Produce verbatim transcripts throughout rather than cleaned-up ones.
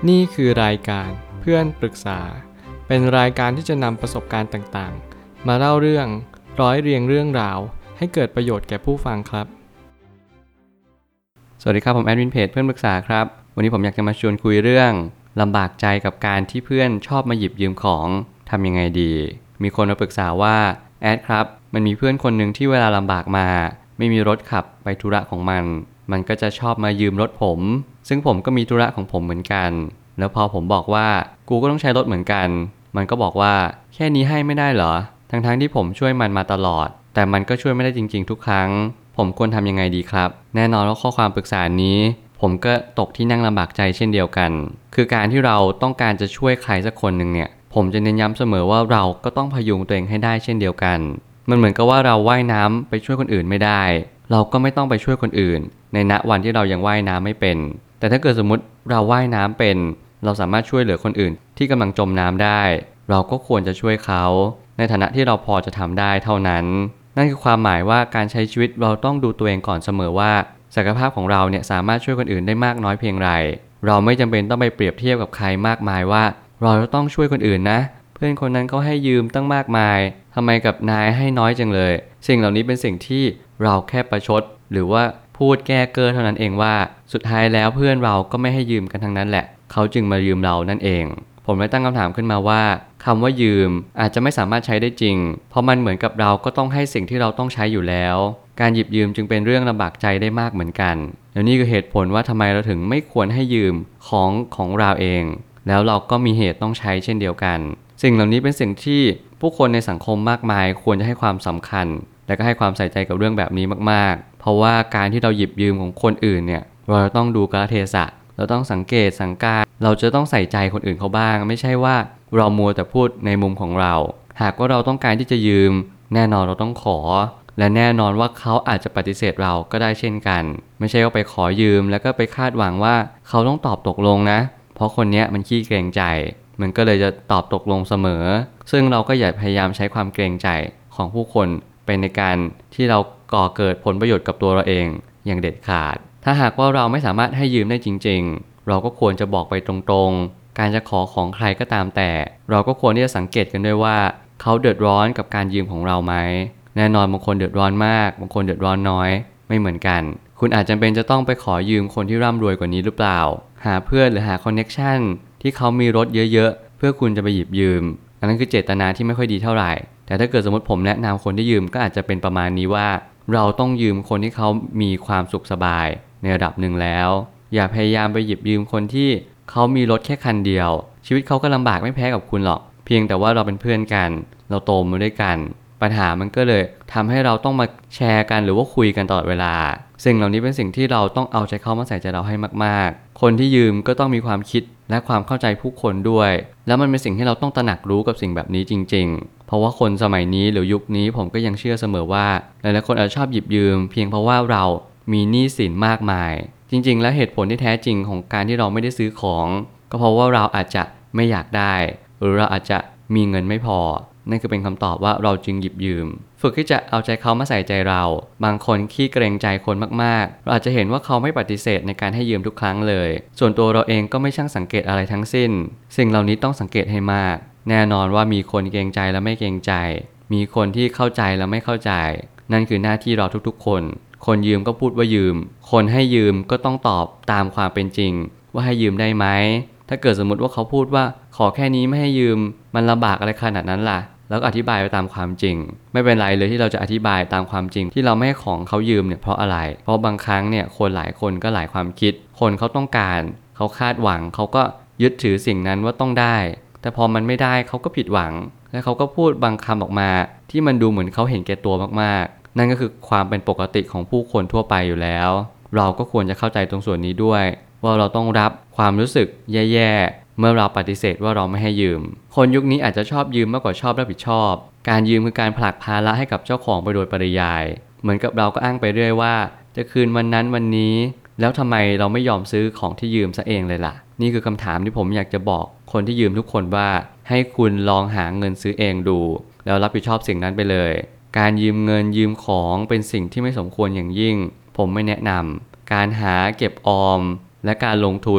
นี่คือรายการเพื่อนปรึกษาเป็นรายการที่จะนำประสบการณ์ต่างๆมาเล่าเรื่องร้อยเรียงเรื่องราวให้เกิดประโยชน์แก่ผู้ฟังครับสวัสดีครับผมแอดมินเพจเพื่อนปรึกษาครับวันนี้ผมอยากจะมาชวนคุยเรื่องลำบากใจกับการที่เพื่อนชอบมาหยิบยืมของทำยังไงดีมีคนมาปรึกษาว่าแอดครับมันมีเพื่อนคนหนึ่งที่เวลาลำบากมาไม่มีรถขับไปธุระของมันมันก็จะชอบมายืมรถผมซึ่งผมก็มีธุระของผมเหมือนกันแล้วพอผมบอกว่ากูก็ต้องใช้รถเหมือนกันมันก็บอกว่าแค่นี้ให้ไม่ได้เหรอทั้งๆที่ผมช่วยมันมาตลอดแต่มันก็ช่วยไม่ได้จริงๆทุกครั้งผมควรทำยังไงดีครับแน่นอนว่าข้อความปรึกษานี้ผมก็ตกที่นั่งลำบากใจเช่นเดียวกันคือการที่เราต้องการจะช่วยใครสักคนหนึ่งเนี่ยผมจะเน้นย้ำเสมอว่าเราก็ต้องพยุงตัวเองให้ได้เช่นเดียวกันมันเหมือนกับว่าเราว่ายน้ำไปช่วยคนอื่นไม่ได้เราก็ไม่ต้องไปช่วยคนอื่นในณวันที่เรายังว่ายน้ำไม่เป็นแต่ถ้าเกิดสมมติเราว่ายน้ำเป็นเราสามารถช่วยเหลือคนอื่นที่กำลังจมน้ำได้เราก็ควรจะช่วยเขาในฐานะที่เราพอจะทำได้เท่านั้นนั่นคือความหมายว่าการใช้ชีวิตเราต้องดูตัวเองก่อนเสมอว่าศักยภาพของเราเนี่ยสามารถช่วยคนอื่นได้มากน้อยเพียงไรเราไม่จำเป็นต้องไปเปรียบเทียบกับใครมากมายว่าเราจะต้องช่วยคนอื่นนะเพื่อนคนนั้นเขาให้ยืมตั้งมากมายทำไมกับนายให้น้อยจังเลยสิ่งเหล่านี้เป็นสิ่งที่เราแค่ประชดหรือว่าพูดแก้เก้อเท่านั้นเองว่าสุดท้ายแล้วเพื่อนเราก็ไม่ให้ยืมกันทั้งนั้นแหละเขาจึงมายืมเรานั่นเองผมเลยตั้งคำถามขึ้นมาว่าคำว่ายืมอาจจะไม่สามารถใช้ได้จริงเพราะมันเหมือนกับเราก็ต้องให้สิ่งที่เราต้องใช้อยู่แล้วการหยิบยืมจึงเป็นเรื่องลำบากใจได้มากเหมือนกันและนี่คือเหตุผลว่าทำไมเราถึงไม่ควรให้ยืมของของเราเองแล้วเราก็มีเหตุต้องใช้เช่นเดียวกันสิ่งเหล่านี้เป็นสิ่งที่ผู้คนในสังคมมากมายควรจะให้ความสำคัญและก็ให้ความใส่ใจกับเรื่องแบบนี้มากๆเพราะว่าการที่เราหยิบยืมของคนอื่นเนี่ยเราต้องดูกาลเทศะเราต้องสังเกตสังการเราจะต้องใส่ใจคนอื่นเขาบ้างไม่ใช่ว่าเรามัวแต่พูดในมุมของเราหากว่าเราต้องการที่จะยืมแน่นอนเราต้องขอและแน่นอนว่าเขาอาจจะปฏิเสธเราก็ได้เช่นกันไม่ใช่ว่าไปขอยืมแล้วก็ไปคาดหวังว่าเขาต้องตอบตกลงนะเพราะคนนี้มันขี้เกรงใจมันก็เลยจะตอบตกลงเสมอซึ่งเราก็อย่าพยายามใช้ความเกรงใจของผู้คนเป็นในการที่เราก่อเกิดผลประโยชน์กับตัวเราเองอย่างเด็ดขาดถ้าหากว่าเราไม่สามารถให้ยืมได้จริงๆเราก็ควรจะบอกไปตรงๆการจะขอของใครก็ตามแต่เราก็ควรที่จะสังเกตกันด้วยว่าเขาเดือดร้อนกับการยืมของเราไหมแน่นอนบางคนเดือดร้อนมากบางคนเดือดร้อนน้อยไม่เหมือนกันคุณอาจจำเป็นจะต้องไปขอยืมคนที่ร่ำรวยกว่านี้หรือเปล่าหาเพื่อนหรือหาคอนเน็กชันที่เขามีรถเยอะๆเพื่อคุณจะไปหยิบยืมอันนั้นคือเจตนาที่ไม่ค่อยดีเท่าไหร่แต่ถ้าเกิดสมมติผมแนะนำคนที่ยืมก็อาจจะเป็นประมาณนี้ว่าเราต้องยืมคนที่เขามีความสุขสบายในระดับหนึ่งแล้วอย่าพยายามไปหยิบยืมคนที่เขามีรถแค่คันเดียวชีวิตเขาก็ลำบากไม่แพ้กับคุณหรอกเพียงแต่ว่าเราเป็นเพื่อนกันเราโตมาด้วยกันปัญหามันก็เลยทำให้เราต้องมาแชร์กันหรือว่าคุยกันตลอดเวลาสิ่งเหล่านี้เป็นสิ่งที่เราต้องเอาใจเขามาใส่ใจเราให้มากๆคนที่ยืมก็ต้องมีความคิดและความเข้าใจผู้คนด้วยแล้วมันเป็นสิ่งที่เราต้องตระหนักรู้กับสิ่งแบบนี้จริงๆเพราะว่าคนสมัยนี้หรือยุคนี้ผมก็ยังเชื่อเสมอว่าหลายๆคนอาจจะชอบหยิบยืมเพียงเพราะว่าเรามีหนี้สินมากมายจริงๆและเหตุผลที่แท้จริงของการที่เราไม่ได้ซื้อของก็เพราะว่าเราอาจจะไม่อยากได้หรือเราอาจจะมีเงินไม่พอนั่นคือเป็นคำตอบว่าเราจึงหยิบยืมฝึกที่จะเอาใจเขามาใส่ใจเราบางคนขี้เกรงใจคนมากๆเราอาจจะเห็นว่าเขาไม่ปฏิเสธในการให้ยืมทุกครั้งเลยส่วนตัวเราเองก็ไม่ช่างสังเกตอะไรทั้งสิ้นสิ่งเหล่านี้ต้องสังเกตให้มากแน่นอนว่ามีคนเกรงใจและไม่เกรงใจมีคนที่เข้าใจและไม่เข้าใจนั่นคือหน้าที่เราทุกๆคนคนยืมก็พูดว่ายืมคนให้ยืมก็ต้องตอบตามความเป็นจริงว่าให้ยืมได้ไหมถ้าเกิดสมมติว่าเขาพูดว่าขอแค่นี้ไม่ให้ยืมมันลำบากอะไรขนาดนั้นล่ะแล้วก็อธิบายไปตามความจริงไม่เป็นไรเลยที่เราจะอธิบายตามความจริงที่เราไม่ให้ของเขายืมเนี่ยเพราะอะไรเพราะบางครั้งเนี่ยคนหลายคนก็หลายความคิดคนเขาต้องการเขาคาดหวังเขาก็ยึดถือสิ่งนั้นว่าต้องได้แต่พอมันไม่ได้เขาก็ผิดหวังและเขาก็พูดบางคำออกมาที่มันดูเหมือนเขาเห็นแก่ตัวมากๆนั่นก็คือความเป็นปกติของผู้คนทั่วไปอยู่แล้วเราก็ควรจะเข้าใจตรงส่วนนี้ด้วยว่าเราต้องรับความรู้สึกแย่ๆเมื่อเราปฏิเสธว่าเราไม่ให้ยืมคนยุคนี้อาจจะชอบยืมมากกว่าชอบรับผิดชอบการยืมคือการผลักภาระให้กับเจ้าของไปโดยปริยายเหมือนกับเราก็อ้างไปเรื่อยว่าจะคืนวันนั้นวันนี้แล้วทำไมเราไม่ยอมซื้อของที่ยืมซะเองเลยล่ะนี่คือคำถามที่ผมอยากจะบอกคนที่ยืมทุกคนว่าให้คุณลองหาเงินซื้อเองดูแล้วรับผิดชอบสิ่งนั้นไปเลยการยืมเงินยืมของเป็นสิ่งที่ไม่สมควรอย่างยิ่งผมไม่แนะนำการหาเก็บออมและการลงทุน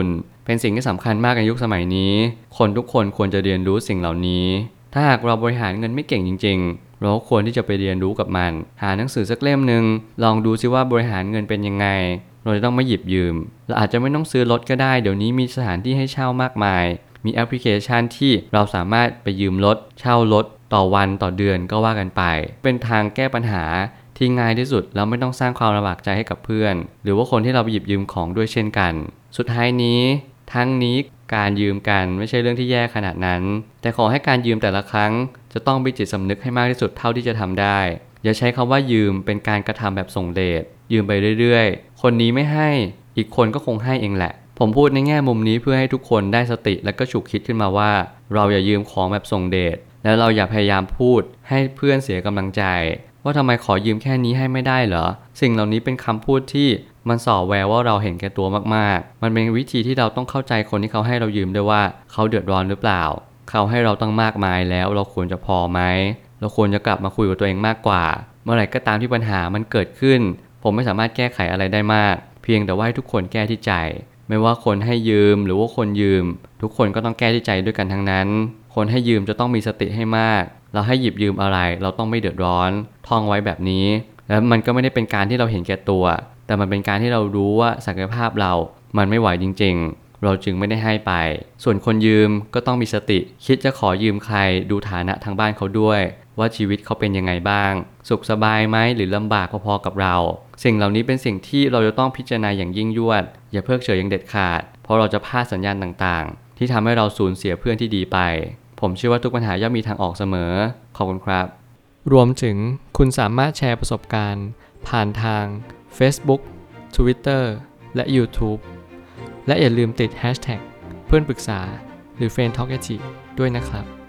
เป็นสิ่งที่สำคัญมากในยุคสมัยนี้คนทุกคนควรจะเรียนรู้สิ่งเหล่านี้ถ้าหากเราบริหารเงินไม่เก่งจริงๆเราควรที่จะไปเรียนรู้กับมันหาหนังสือสักเล่มหนึ่งลองดูซิว่าบริหารเงินเป็นยังไงเราจะต้องไม่หยิบยืมเราอาจจะไม่ต้องซื้อรถก็ได้เดี๋ยวนี้มีสถานที่ให้เช่ามากมายมีแอปพลิเคชันที่เราสามารถไปยืมรถเช่ารถต่อวันต่อเดือนก็ว่ากันไปเป็นทางแก้ปัญหาที่ง่ายที่สุดแล้วไม่ต้องสร้างความลำบากใจให้กับเพื่อนหรือว่าคนที่เราไปหยิบยืมของด้วยเช่นกันสุดท้ายนี้ทั้งนี้การยืมกันไม่ใช่เรื่องที่แย่ขนาดนั้นแต่ขอให้การยืมแต่ละครั้งจะต้องมีจิตสำนึกให้มากที่สุดเท่าที่จะทำได้อย่าใช้คำว่ายืมเป็นการกระทำแบบส่งเดชยืมไปเรื่อยๆคนนี้ไม่ให้อีกคนก็คงให้เองแหละผมพูดในแง่มุมนี้เพื่อให้ทุกคนได้สติและก็ฉุกคิดขึ้นมาว่าเราอย่ายืมของแบบส่งเดชแล้วเราอย่าพยายามพูดให้เพื่อนเสียกำลังใจว่าทำไมขอยืมแค่นี้ให้ไม่ได้เหรอสิ่งเหล่านี้เป็นคำพูดที่มันส่อแววว่าเราเห็นแก่ตัวมากๆมันเป็นวิธีที่เราต้องเข้าใจคนที่เขาให้เรายืมด้วยว่าเขาเดือดร้อนหรือเปล่าเขาให้เราตั้งมากมายแล้วเราควรจะพอไหมเราควรจะกลับมาคุยกับตัวเองมากกว่าเมื่อไหร่ก็ตามที่ปัญหามันเกิดขึ้นผมไม่สามารถแก้ไขอะไรได้มากเพียงแต่ว่าให้ทุกคนแก้ที่ใจไม่ว่าคนให้ยืมหรือว่าคนยืมทุกคนก็ต้องแก้ที่ใจด้วยกันทั้งนั้นคนให้ยืมจะต้องมีสติให้มากเราให้หยิบยืมอะไรเราต้องไม่เดือดร้อนท่องไว้แบบนี้แล้วมันก็ไม่ได้เป็นการที่เราเห็นแก่ตัวแต่มันเป็นการที่เรารู้ว่าศักยภาพเรามันไม่ไหวจริงๆเราจึงไม่ได้ให้ไปส่วนคนยืมก็ต้องมีสติคิดจะขอยืมใครดูฐานะทางบ้านเขาด้วยว่าชีวิตเขาเป็นยังไงบ้างสุขสบายไหมหรือลำบากพอๆกับเราสิ่งเหล่านี้เป็นสิ่งที่เราจะต้องพิจารณาอย่างยิ่งยวดอย่าเพิกเฉยอย่างเด็ดขาดเพราะเราจะพลาดสัญญาณต่างๆที่ทำให้เราสูญเสียเพื่อนที่ดีไปผมเชื่อว่าทุกปัญหาย่อมมีทางออกเสมอขอบคุณครับรวมถึงคุณสามารถแชร์ประสบการณ์ผ่านทาง Facebook Twitter และ YouTube และอย่าลืมติด แฮชแท็ก เพื่อนปรึกษาหรือ เฟรนด์ ทอล์ก ด้วยนะครับ